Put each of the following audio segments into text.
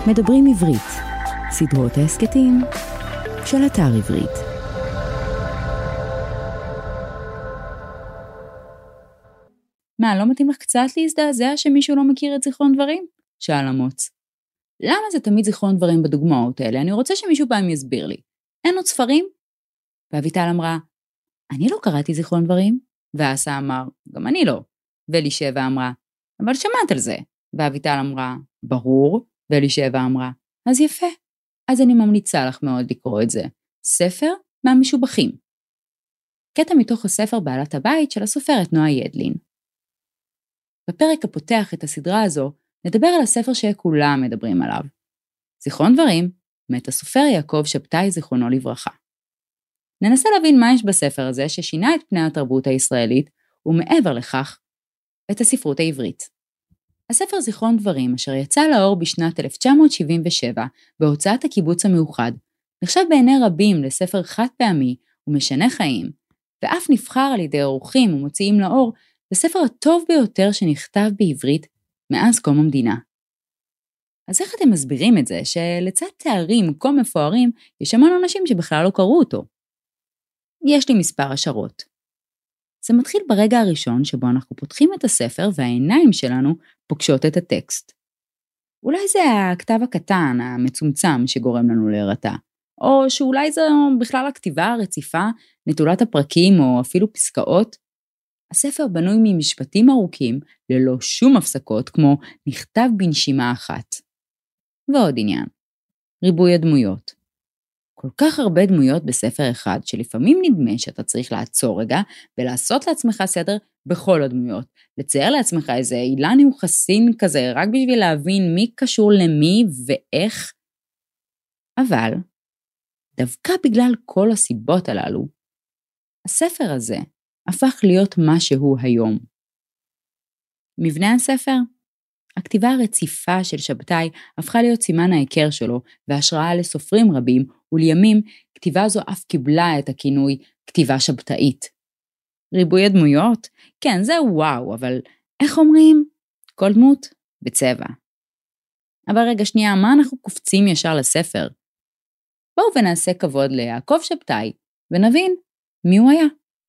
מדברים עברית, סדרות ההסקטים של אתר עברית. מה, לא מתאים לך קצת להזדעזע שמישהו לא מכיר את זיכרון דברים? שאל אמוץ. למה זה תמיד זיכרון דברים בדוגמאות האלה? אני רוצה שמישהו פעם יסביר לי. אין עוד ספרים? ואביטל אמרה, אני לא קראתי זיכרון דברים. ואסה אמר, גם אני לא. ואלישבע אמרה, אבל שמעת על זה. ואביטל אמרה, ברור. ואלישבע אמרה, אז יפה. אז אני ממליצה לך מאוד לקרוא את זה. ספר מהמשובחים. קטע מתוך הספר בעלת הבית של הסופרת נועה ידלין. בפרק הפותח את הסדרה הזו, נדבר על הספר שכולם מדברים עליו. זיכרון דברים, מאת הסופר יעקב שבתאי זיכרונו לברכה. ננסה להבין מה יש בספר הזה ששינה את פני התרבות הישראלית, ומעבר לכך, את הספרות העברית. הספר זיכרון דברים, אשר יצא לאור בשנת 1977 בהוצאת הקיבוץ המאוחד, נחשב בעיני רבים לספר חד פעמי ומשנה חיים, ואף נבחר על ידי עורכים ומוציאים לאור לספר הטוב ביותר שנכתב בעברית מאז קום המדינה. אז איך אתם מסבירים את זה שלצד תארים כה מפוארים יש המון אנשים שבכלל לא קראו אותו? יש לי מספר השערות. זה מתחיל ברגע הראשון שבו אנחנו פותחים את הספר והעיניים שלנו פוגשות את הטקסט. אולי זה הכתב הקטן, המצומצם שגורם לנו להירתע, או שאולי זו בכלל הכתיבה הרציפה, נטולת הפרקים או אפילו פסקאות. הספר בנוי ממשפטים ארוכים ללא שום הפסקות כמו נכתב בנשימה אחת. ועוד עניין, ריבוי הדמויות. כל כך הרבה דמויות בספר אחד שלפעמים נדמה שאתה צריך לעצור רגע ולעשות לעצמך סדר בכל הדמויות. לצייר לעצמך איזה אילן יוחסין כזה רק בשביל להבין מי קשור למי ואיך. אבל דווקא בגלל כל הסיבות הללו, הספר הזה הפך להיות מה שהוא היום. מבנה הספר, הכתיבה הרציפה של שבתאי הפכה להיות סימן ההיכר שלו והשראה לסופרים רבים, ולימים כתיבה זו אף קיבלה את הכינוי כתיבה שבתאית. ריבוי הדמויות? כן, זה וואו, אבל איך אומרים? כל דמות בצבע. אבל רגע שנייה, מה אנחנו קופצים ישר לספר? בואו ונעשה כבוד ליעקב שבתאי, ונבין מי הוא היה.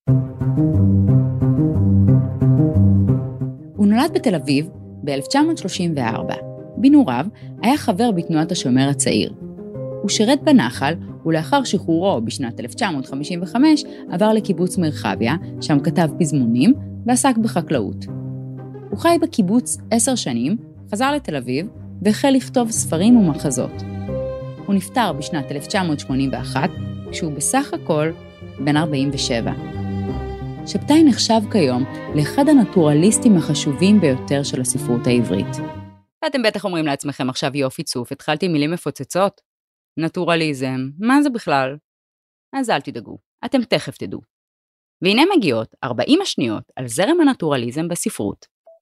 הוא נולד בתל אביב ב-1934. בנעוריו היה חבר בתנועת השומר הצעיר. הוא שירת בנחל, ולאחר שחרורו בשנת 1955 עבר לקיבוץ מרחביה, שם כתב פזמונים ועסק בחקלאות. הוא חי בקיבוץ 10 שנים, חזר לתל אביב והחל לכתוב ספרים ומחזות. הוא נפטר בשנת 1981, כשהוא בסך הכל בן 47. שבתאי נחשב כיום לאחד הנטורליסטים החשובים ביותר של הספרות העברית. ואתם בטח אומרים לעצמכם עכשיו יופי צוף, התחלתי מילים מפוצצות. נטורליזם, מה זה בכלל? אז אל תדאגו, אתם תכף תדעו. והנה מגיעות 40 השניות על זרם הנטורליזם בספרות.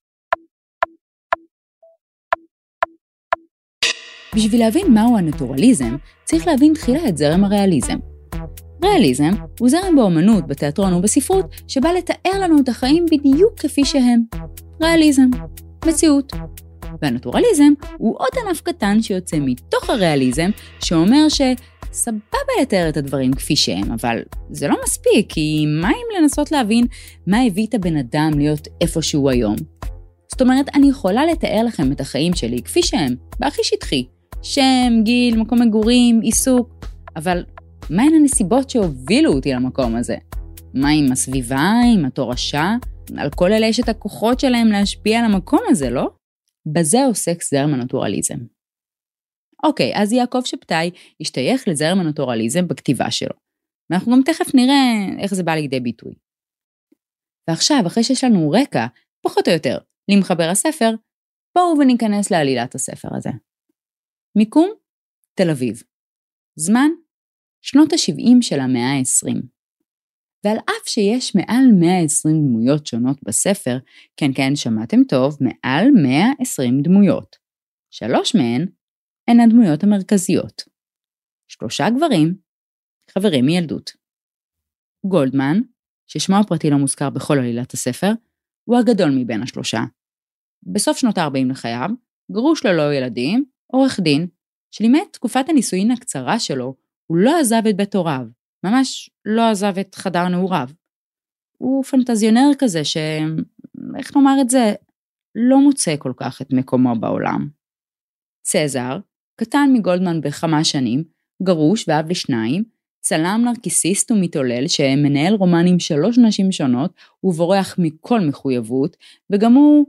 בשביל להבין מהו הנטורליזם, צריך להבין תחילה את זרם הריאליזם. ריאליזם הוא זרם באומנות, בתיאטרון ובספרות, שבא לתאר לנו את החיים בדיוק כפי שהם. ריאליזם, מציאות. והנטורליזם הוא עוד ענף קטן שיוצא מתוך הריאליזם, שאומר שסבבה לתאר את הדברים כפי שהם, אבל זה לא מספיק, כי מה אם לנסות להבין מה הביא את הבן אדם להיות איפה שהוא היום? זאת אומרת, אני יכולה לתאר לכם את החיים שלי כפי שהם, בהכי שטחי. שם, גיל, מקום מגורים, עיסוק, אבל מה הן הנסיבות שהובילו אותי למקום הזה? מה עם הסביבה, עם התורשה? על כל אלה יש את הכוחות שלהם להשפיע על המקום הזה, לא? בזה עוסק זרם הנטורליזם. אוקיי, אז יעקב שבתאי השתייך לזרם הנטורליזם בכתיבה שלו. ואנחנו גם תכף נראה איך זה בא לידי ביטוי. ועכשיו, אחרי שיש לנו רקע, פחות או יותר, למחבר הספר, בואו וניכנס לעלילת הספר הזה. מיקום, תל אביב. זמן, שנות ה-70 של המאה ה-20. ועל אף שיש מעל 120 דמויות שונות בספר, כן, שמעתם טוב, מעל 120 דמויות. 3 מהן הן הדמויות המרכזיות. 3 גברים, חברים מילדות. גולדמן, ששמו הפרטי לא מוזכר בכל עלילת הספר, הוא הגדול מבין ה3. בסוף שנות ה-40 לחייו, גרוש ללא ילדים, עורך דין, שלמעט תקופת הנישואין הקצרה שלו, הוא לא עזב את בית הוריו, ממש לא עזב את חדר נעוריו. הוא פנטזיונר כזה איך נאמר את זה, לא מוצא כל כך את מקומו בעולם. צזר, קטן מגולדמן ב5 שנים, גרוש ואב ל2, צלם נרקיסיסט ומתעולל שמנהל רומן עם 3 נשים שונות ובורח מכל מחויבות, וגם הוא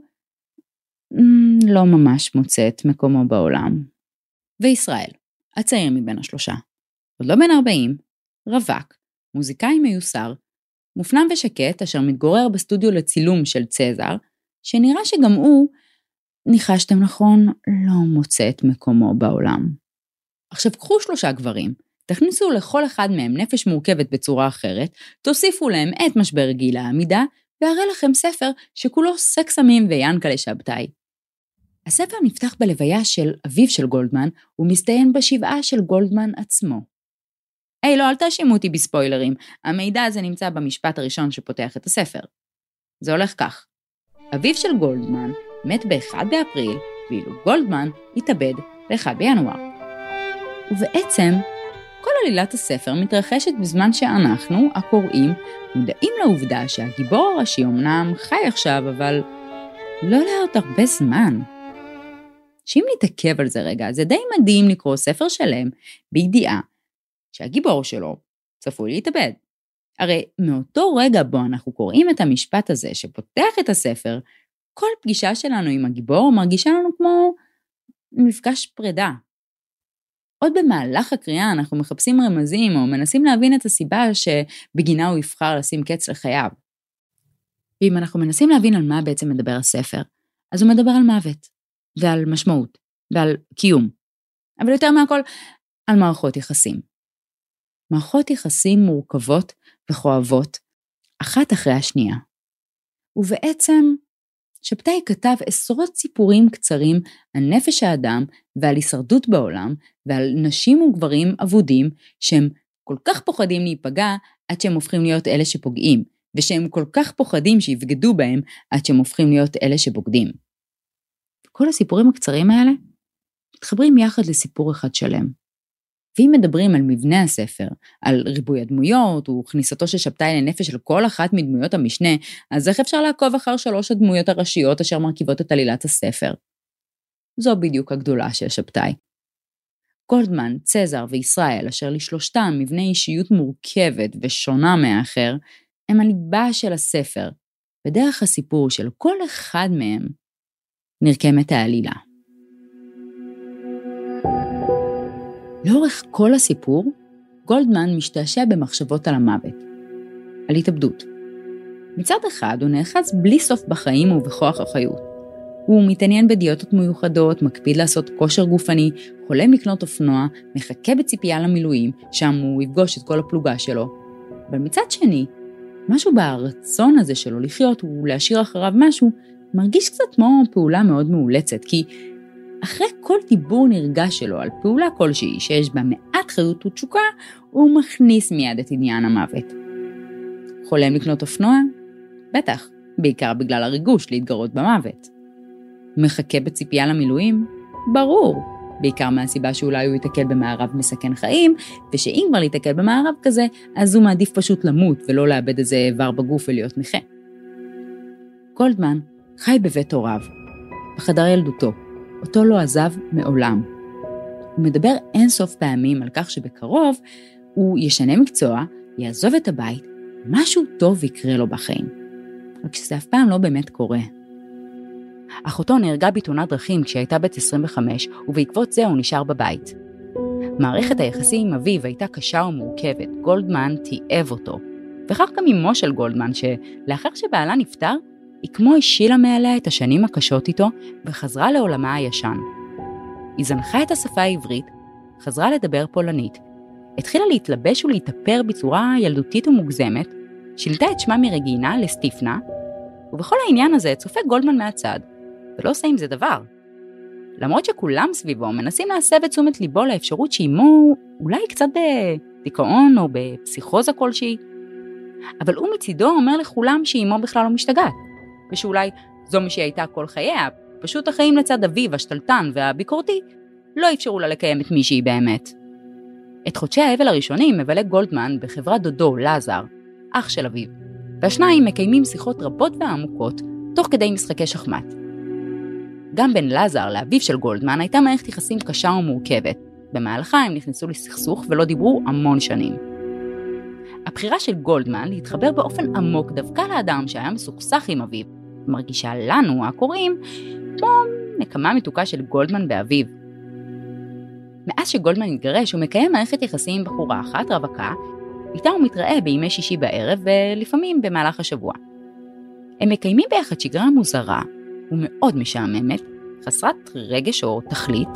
לא ממש מוצא את מקומו בעולם. וישראל, הצעיר מבין השלושה, עוד לא בן 40, רווק, מוזיקאי מיוסר, מופנם ושקט אשר מתגורר בסטודיו לצילום של צזר, שנראה שגם הוא, ניחשתם נכון, לא מוצא את מקומו בעולם. עכשיו קחו 3 גברים, תכניסו לכל אחד מהם נפש מורכבת בצורה אחרת, תוסיפו להם את משבר גיל העמידה, והראה לכם ספר שכולו סקס סמים וינקלה שבתאי. הספר נפתח בלוויה של אביו של גולדמן, ומסתיים בשבעה של גולדמן עצמו. לא, אל תאשימו אותי בספוילרים, המידע הזה נמצא במשפט הראשון שפותח את הספר. זה הולך כך. אביו של גולדמן מת ב1 באפריל, ואילו גולדמן התאבד ב1 בינואר. ובעצם, כל עלילת הספר מתרחשת בזמן שאנחנו, הקוראים, מודעים לעובדה שהגיבור הראשי אמנם חי עכשיו, אבל לא לעוד הרבה זמן. שאם נתעכב על זה רגע, זה די מדהים לקרוא ספר שלם בידיעה שהגיבור שלו צפוי להתאבד. הרי מאותו רגע בו אנחנו קוראים את המשפט הזה שפותח את הספר, כל פגישה שלנו עם הגיבור מרגישה לנו כמו מפגש פרידה. עוד במהלך הקריאה אנחנו מחפשים רמזים או מנסים להבין את הסיבה שבגינה הוא יבחר לשים קץ לחייו. ואם אנחנו מנסים להבין על מה בעצם מדבר הספר, אז הוא מדבר על מוות, ועל משמעות, ועל קיום. אבל יותר מהכל, על מערכות יחסים. מערכות יחסים מורכבות וכואבות, אחת אחרי השנייה. ובעצם, שבתאי כתב עשרות סיפורים קצרים על נפש האדם ועל הישרדות בעולם, ועל נשים וגברים אבודים שהם כל כך פוחדים להיפגע עד שהם הופכים להיות אלה שפוגעים, ושהם כל כך פוחדים שיבגדו בהם עד שהם הופכים להיות אלה שבוגדים. כל הסיפורים הקצרים האלה מתחברים יחד לסיפור אחד שלם. ואם מדברים על מבנה הספר, על ריבוי הדמויות וכניסתו של שבתאי לנפש של כל אחת מדמויות המשנה, אז איך אפשר לעקוב אחר 3 הדמויות הראשיות אשר מרכיבות את עלילת הספר? זו בדיוק הגדולה של שבתאי. גולדמן, צזר וישראל, אשר לשלושתם מבנה אישיות מורכבת ושונה מהאחר, הם הליבה של הספר, בדרך הסיפור של כל אחד מהם נרקמת העלילה. לאורך כל הסיפור, גולדמן משתעשע במחשבות על המוות, על התאבדות. מצד אחד הוא נאחז בלי סוף בחיים ובכוח החיות. הוא מתעניין בדיאטות מיוחדות, מקפיד לעשות כושר גופני, חולם לקנות אופנוע, מחכה בציפייה למילואים, שם הוא יפגוש את כל הפלוגה שלו. אבל מצד שני, משהו ברצון הזה שלו לחיות ולהשאיר אחריו משהו, מרגיש קצת כמו פעולה מאוד מאולצת, כי אחרי כל דיבור נרגש שלו על פעולה כלשהי שיש בה מעט חיות ותשוקה, הוא מכניס מיד את עניין המוות. חולם לקנות אופנוע? בטח, בעיקר בגלל הריגוש להתגרות במוות. מחכה בציפייה למילואים? ברור, בעיקר מהסיבה שאולי הוא יתקל במערב מסכן חיים, ושאם כבר להתקל במערב כזה, אז הוא מעדיף פשוט למות ולא לאבד איזה איבר בגוף ולהיות נכה. גולדמן חי בבית הוריו, בחדר ילדותו, אותו לא עזב מעולם. הוא מדבר אינסוף פעמים על כך שבקרוב הוא ישנה מקצוע, יעזוב את הבית, משהו טוב יקרה לו בחיים. רק שזה אף פעם לא באמת קורה. אחותו נהרגה בתאונת דרכים כשהייתה בת 25, ובעקבות זה הוא נשאר בבית. מערכת היחסים עם אביו הייתה קשה ומורכבת, גולדמן תיעב אותו. וכך גם אמו של גולדמן, שלאחר שבעלה נפטר, היא כמו השילה מעליה את השנים הקשות איתו, וחזרה לעולמה הישן. היא זנחה את השפה העברית, חזרה לדבר פולנית, התחילה להתלבש ולהתאפר בצורה ילדותית ומוגזמת, שילתה את שמה מרגינה לסטיפנה, ובכל העניין הזה צופה גולדמן מהצד, ולא עושה עם זה דבר. למרות שכולם סביבו מנסים להסב את תשומת ליבו לאפשרות שאימו אולי קצת בדיכאון או בפסיכוזה כלשהי, אבל הוא מצידו אומר לכולם שאימו בכלל לא משתגעת, ושאולי זו מי שהייתה כל חייה, פשוט החיים לצד אביו השתלטן והביקורתי לא אפשרו לה לקיים את מי שהיא באמת. את חודשי האבל הראשונים מבלה גולדמן בחברת דודו, לזר, אח של אביו, והשניים מקיימים שיחות רבות ועמוקות תוך כדי משחקי שחמט. גם בין לזר לאביו של גולדמן הייתה מערכת יחסים קשה ומורכבת. במהלכה הם נכנסו לסכסוך ולא דיברו המון שנים. הבחירה של גולדמן להתחבר באופן עמוק דווקא לאדם שהיה מסוכסך עם אביו, מרגישה לנו, הקוראים, כמו נקמה מתוקה של גולדמן באביו. מאז שגולדמן התגרש, הוא מקיים מערכת יחסים עם בחורה אחת, רווקה, איתה הוא מתראה בימי שישי בערב ולפעמים במהלך השבוע. הם מקיימים ביחד שגרה מוזרה ומאוד משעממת, חסרת רגש או תכלית.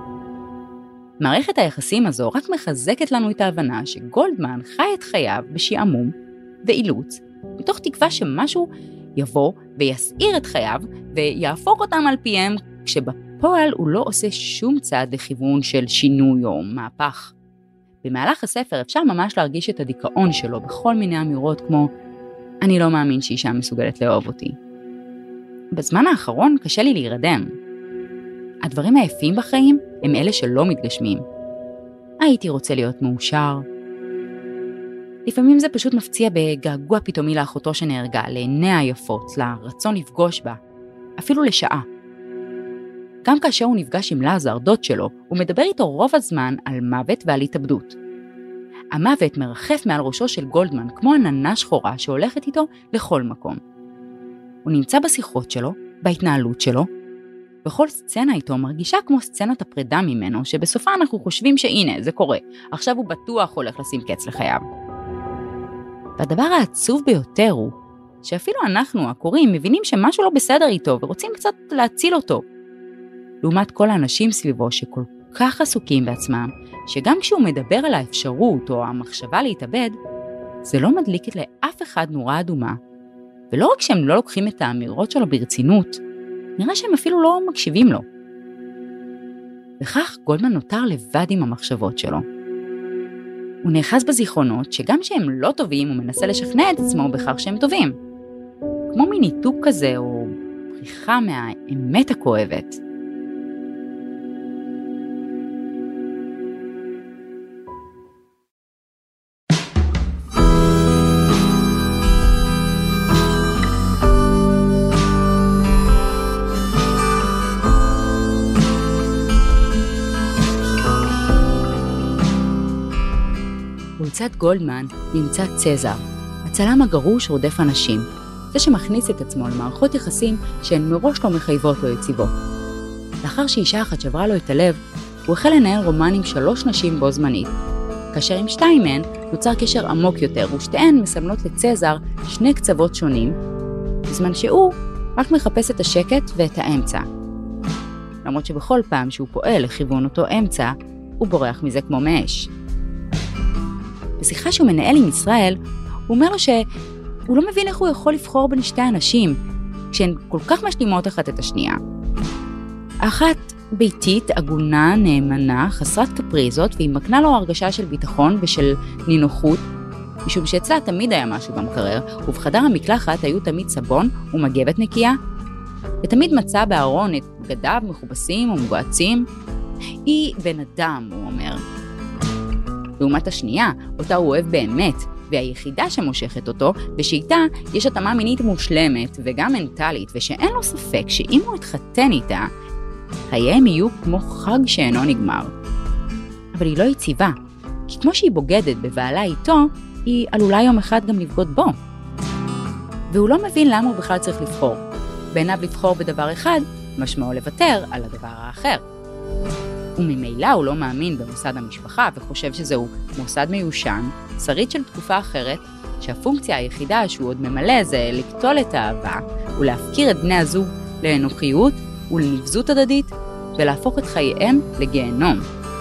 מערכת היחסים הזו רק מחזקת לנו את ההבנה שגולדמן חי את חייו בשעמום ואילוץ, מתוך תקווה שמשהו יבוא ויסעיר את חייו ויהפוך אותם על פיהם, כשבפועל הוא לא עושה שום צעד לכיוון של שינוי או מהפך. במהלך הספר אפשר ממש להרגיש את הדיכאון שלו בכל מיני אמירות כמו אני לא מאמין שאישה מסוגלת לאהוב אותי. בזמן האחרון קשה לי להירדם. הדברים היפים בחיים הם אלה שלא מתגשמים. הייתי רוצה להיות מאושר. לפעמים זה פשוט מפציע בגעגוע פתאומי לאחותו שנהרגה, לעיניה היפות, לרצון לפגוש בה, אפילו לשעה. גם כאשר הוא נפגש עם לזר, דוד שלו, הוא מדבר איתו רוב הזמן על מוות ועל התאבדות. המוות מרחף מעל ראשו של גולדמן כמו עננה שחורה שהולכת איתו לכל מקום. הוא נמצא בשיחות שלו, בהתנהלות שלו, בכל סצנה איתו מרגישה כמו סצנת הפרידה ממנו, שבסופה אנחנו חושבים שהנה, זה קורה, עכשיו הוא בטוח הולך לשים קץ לחייו. והדבר העצוב ביותר הוא, שאפילו אנחנו, הקוראים, מבינים שמשהו לא בסדר איתו, ורוצים קצת להציל אותו. לעומת כל האנשים סביבו שכל כך עסוקים בעצמם, שגם כשהוא מדבר על האפשרות או המחשבה להתאבד, זה לא מדליק לאף אחד נורה אדומה. ולא רק שהם לא לוקחים את האמירות שלו ברצינות, נראה שהם אפילו לא מקשיבים לו. וכך גולדמן נותר לבד עם המחשבות שלו. הוא נאחז בזיכרונות שגם שהם לא טובים הוא מנסה לשכנע את עצמו בכך שהם טובים. כמו מין ניתוק כזה או בריחה מהאמת הכואבת. בצד גולדמן נמצא צזר, הצלם הגרוש רודף אנשים, זה שמכניס את עצמו למערכות יחסים שהן מראש לא מחייבות לו יציבות. לאחר שאישה אחת שברה לו את הלב, הוא החל לנהל רומן עם 3 נשים בו זמנית, כאשר עם 2 מהן נוצר קשר עמוק יותר, ושתיהן מסמלות לצזר 2 קצוות שונים, בזמן שהוא רק מחפש את השקט ואת האמצע. למרות שבכל פעם שהוא פועל לכיוון אותו אמצע, הוא בורח מזה כמו מאש. בשיחה שהוא מנהל עם ישראל, הוא אומר לו שהוא לא מבין איך הוא יכול לבחור בין 2 אנשים, כשהן כל כך משלימות אחת את השנייה. האחת ביתית, הגונה, נאמנה, חסרת קפריזות, והיא מקנה לו הרגשה של ביטחון ושל נינוחות, משום שאצלה תמיד היה משהו במקרר, ובחדר המקלחת היו תמיד סבון ומגבת נקייה, ותמיד מצא בארון את בגדיו מכובסים ומגועצים. היא בן אדם, הוא אומר. לעומת השנייה, אותה הוא אוהב באמת, והיחידה שמושכת אותו, ושאיתה יש התאמה מינית מושלמת וגם מנטלית, ושאין לו ספק שאם הוא התחתן איתה, חייהם יהיו כמו חג שאינו נגמר. אבל היא לא יציבה, כי כמו שהיא בוגדת בבעלה איתו, היא עלולה יום אחד גם לבגוד בו. והוא לא מבין למה הוא בכלל צריך לבחור. בעיניו לבחור בדבר אחד, משמעו לוותר על הדבר האחר. וממילא הוא לא מאמין במוסד המשפחה וחושב שזהו מוסד מיושן, שריד של תקופה אחרת, שהפונקציה היחידה שהוא עוד ממלא זה לקטול את האהבה ולהפקיר את בני הזוג לאנוכיות ולנבזות הדדית ולהפוך את חייהם לגיהנום.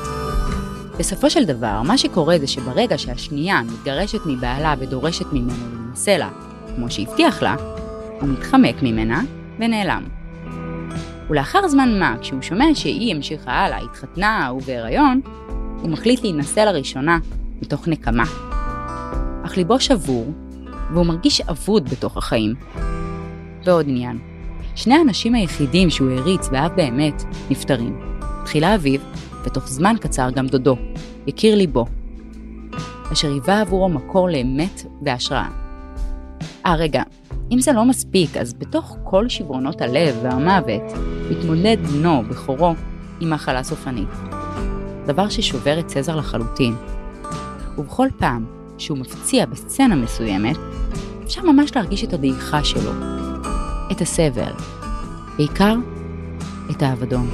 בסופו של דבר, מה שקורה זה שברגע שהשנייה מתגרשת מבעלה ודורשת ממנו להינשא לה, כמו שהבטיח לה, הוא מתחמק ממנה ונעלם. ולאחר זמן מה, כשהוא שומע שהיא המשיכה הלאה, התחתנה ובהיריון, הוא מחליט להינשא לראשונה מתוך נקמה. אך ליבו שבור, והוא מרגיש אבוד בתוך החיים. ועוד עניין, 2 האנשים היחידים שהוא הריץ ואהב באמת נפטרים. תחילה אביו, ותוך זמן קצר גם דודו, יקיר ליבו, אשר היווה עבורו מקור לאמת והשראה. רגע, אם זה לא מספיק, אז בתוך כל שברונות הלב והמוות, מתמודד בנו בכורו עם מחלה סופנית. דבר ששובר את צזר לחלוטין. ובכל פעם שהוא מפציע בסצנה מסוימת, אפשר ממש להרגיש את הדעיכה שלו, את הסבל, בעיקר את האבדון.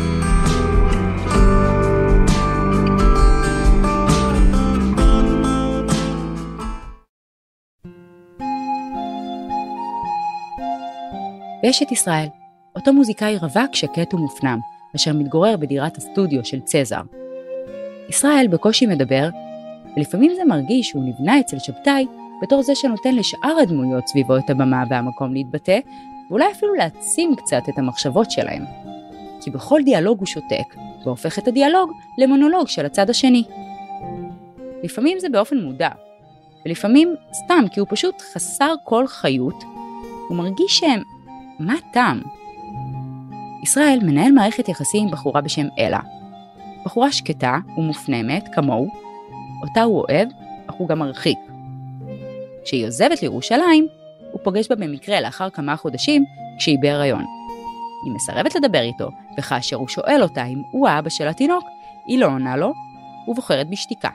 ויש את ישראל, אותו מוזיקאי רווק שקט ומופנם, אשר מתגורר בדירת הסטודיו של צזר. ישראל בקושי מדבר, ולפעמים זה מרגיש שהוא נבנה אצל שבתאי בתור זה שנותן לשאר הדמויות סביבו את הבמה והמקום להתבטא, ואולי אפילו להעצים קצת את המחשבות שלהם. כי בכל דיאלוג הוא שותק, והופך את הדיאלוג למונולוג של הצד השני. לפעמים זה באופן מודע, ולפעמים סתם כי הוא פשוט חסר כל חיות, הוא מרגיש שהם מה טעם? ישראל מנהל מערכת יחסים עם בחורה בשם אלה. בחורה שקטה ומופנמת כמוהו, אותה הוא אוהב, אך הוא גם מרחיק. כשהיא עוזבת לירושלים, הוא פוגש בה במקרה לאחר כמה חודשים כשהיא בהיריון. היא מסרבת לדבר איתו, וכאשר הוא שואל אותה אם הוא האבא של התינוק, היא לא עונה לו, ובוחרת בשתיקה.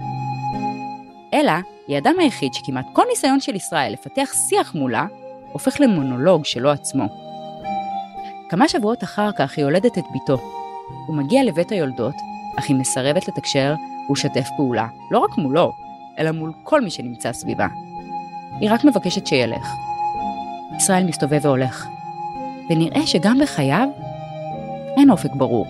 אלה היא האדם היחיד שכמעט כל ניסיון של ישראל לפתח שיח מולה, הופך למונולוג שלו עצמו. כמה שבועות אחר כך היא יולדת את ביתו. הוא מגיע לבית היולדות, אך היא מסרבת לתקשר ולשתף פעולה, לא רק מולו, אלא מול כל מי שנמצא סביבה. היא רק מבקשת שילך. ישראל מסתובב והולך, ונראה שגם בחייו אין אופק ברור.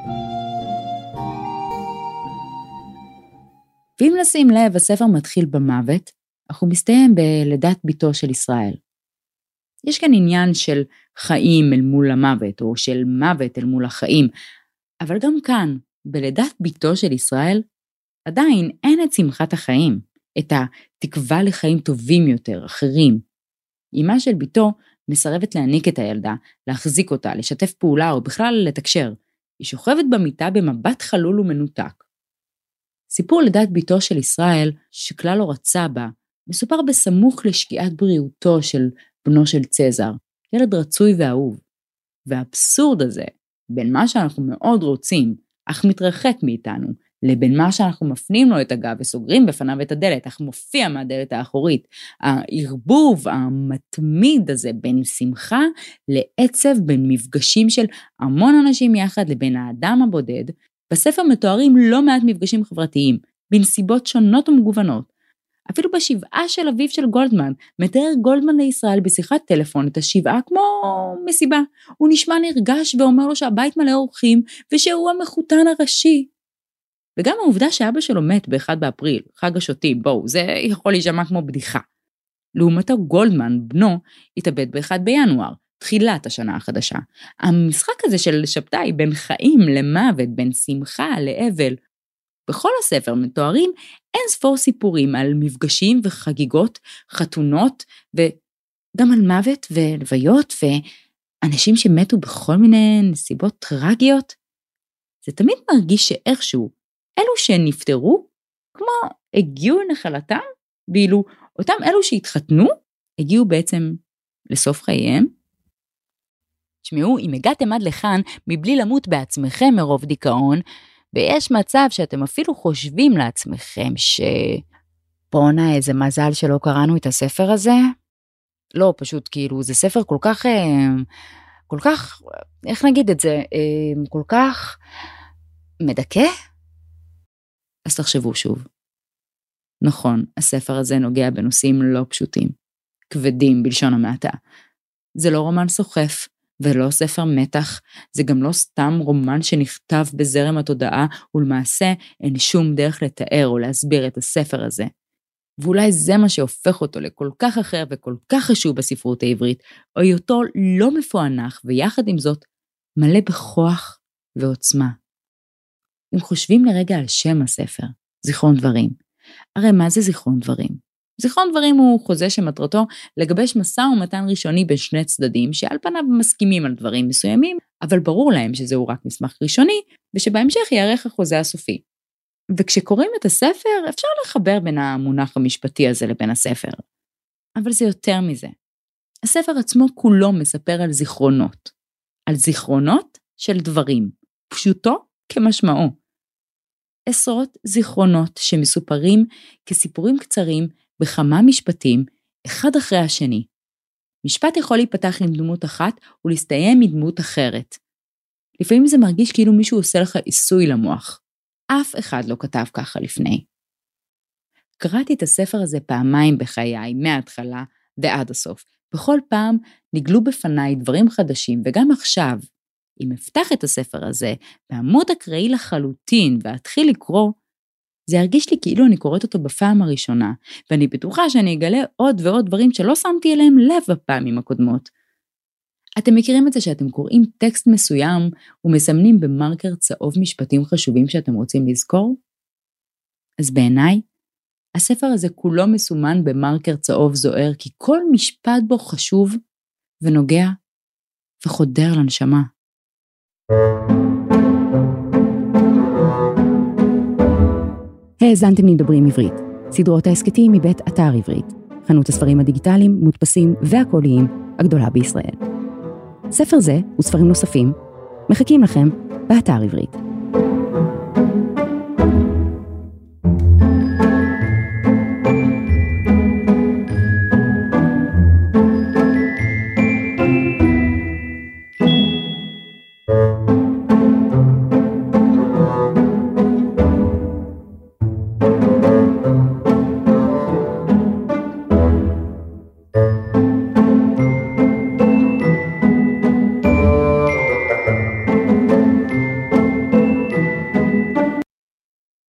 ואם נשים לב, הספר מתחיל במוות, אך הוא מסתיים בלידת ביתו של ישראל. יש כאן עניין של חיים אל מול המוות, או של מוות אל מול החיים, אבל גם כאן, בלידת ביתו של ישראל, עדיין אין את שמחת החיים, את התקווה לחיים טובים יותר, אחרים. אמא של ביתו מסרבת להעניק את הילדה, להחזיק אותה, לשתף פעולה או בכלל לתקשר. היא שוכבת במיטה במבט חלול ומנותק. סיפור לידת ביתו של ישראל, שכלל לא רצה בה, מסופר בסמוך לשקיעת בריאותו של בנו של צזר, ילד רצוי ואהוב. והאבסורד הזה, בין מה שאנחנו מאוד רוצים, אך מתרחק מאיתנו, לבין מה שאנחנו מפנים לו את הגב וסוגרים בפניו את הדלת, אך מופיע מהדלת האחורית. הערבוב המתמיד הזה בין שמחה לעצב, בין מפגשים של המון אנשים יחד לבין האדם הבודד, בספר מתוארים לא מעט מפגשים חברתיים, בנסיבות שונות ומגוונות. אפילו בשבעה של אביו של גולדמן, מתאר גולדמן לישראל בשיחת טלפון את השבעה כמו מסיבה. הוא נשמע נרגש ואומר לו שהבית מלא אורחים, ושהוא המחותן הראשי. וגם העובדה שאבא שלו מת ב-1 באפריל, חג השוטים, בואו, זה יכול להישמע כמו בדיחה. לעומתו גולדמן, בנו, התאבד ב-1 בינואר, תחילת השנה החדשה. המשחק הזה של שבתאי בין חיים למוות, בין שמחה לאבל, בכל הספר מתוארים אין ספור סיפורים על מפגשים וחגיגות, חתונות, וגם על מוות ולוויות, ואנשים שמתו בכל מיני נסיבות טרגיות. זה תמיד מרגיש שאיכשהו, אלו שנפטרו, כמו הגיעו לנחלתם, ואילו אותם אלו שהתחתנו, הגיעו בעצם לסוף חייהם. תשמעו, אם הגעתם עד לכאן, מבלי למות בעצמכם מרוב דיכאון, ויש מצב שאתם אפילו חושבים לעצמכם בואנה, איזה מזל שלא קראנו את הספר הזה. לא, פשוט כאילו, זה ספר כל כך, איך נגיד את זה, כל כך מדכא? אז תחשבו שוב. נכון, הספר הזה נוגע בנושאים לא פשוטים, כבדים בלשון המעטה. זה לא רומן סוחף, ולא ספר מתח, זה גם לא סתם רומן שנכתב בזרם התודעה, ולמעשה אין שום דרך לתאר או להסביר את הספר הזה. ואולי זה מה שהופך אותו לכל כך אחר וכל כך חשוב בספרות העברית, או היותו לא מפוענח, ויחד עם זאת מלא בכוח ועוצמה. אם חושבים לרגע על שם הספר, זיכרון דברים, הרי מה זה זיכרון דברים? זיכרון דברים הוא חוזה שמטרתו לגבש משא ומתן ראשוני בין שני צדדים, שעל פניו מסכימים על דברים מסוימים, אבל ברור להם שזהו רק מסמך ראשוני, ושבהמשך יערך החוזה הסופי. וכשקוראים את הספר, אפשר לחבר בין המונח המשפטי הזה לבין הספר. אבל זה יותר מזה. הספר עצמו כולו מספר על זיכרונות. על זיכרונות של דברים, פשוטו כמשמעו. עשרות זיכרונות שמסופרים כסיפורים קצרים בכמה משפטים, אחד אחרי השני. משפט יכול להיפתח עם דמות אחת ולהסתיים מדמות אחרת. לפעמים זה מרגיש כאילו מישהו עושה לך עיסוי למוח. אף אחד לא כתב ככה לפני. קראתי את הספר הזה פעמיים בחיי, מההתחלה ועד הסוף. בכל פעם נגלו בפניי דברים חדשים, וגם עכשיו, אם אפתח את הספר הזה בעמוד אקראי לחלוטין ואתחיל לקרוא, זה ירגיש לי כאילו אני קוראת אותו בפעם הראשונה, ואני בטוחה שאני אגלה עוד ועוד דברים שלא שמתי אליהם לב בפעמים הקודמות. אתם מכירים את זה שאתם קוראים טקסט מסוים ומסמנים במרקר צהוב משפטים חשובים שאתם רוצים לזכור? אז בעיניי, הספר הזה כולו מסומן במרקר צהוב זוהר, כי כל משפט בו חשוב ונוגע וחודר לנשמה. האזנתם לדברים עברית, סדרות העסקתים מבית אתר עברית, חנות הספרים הדיגיטליים, מודפסים והקוליים הגדולה בישראל. ספר זה וספרים נוספים מחכים לכם באתר עברית.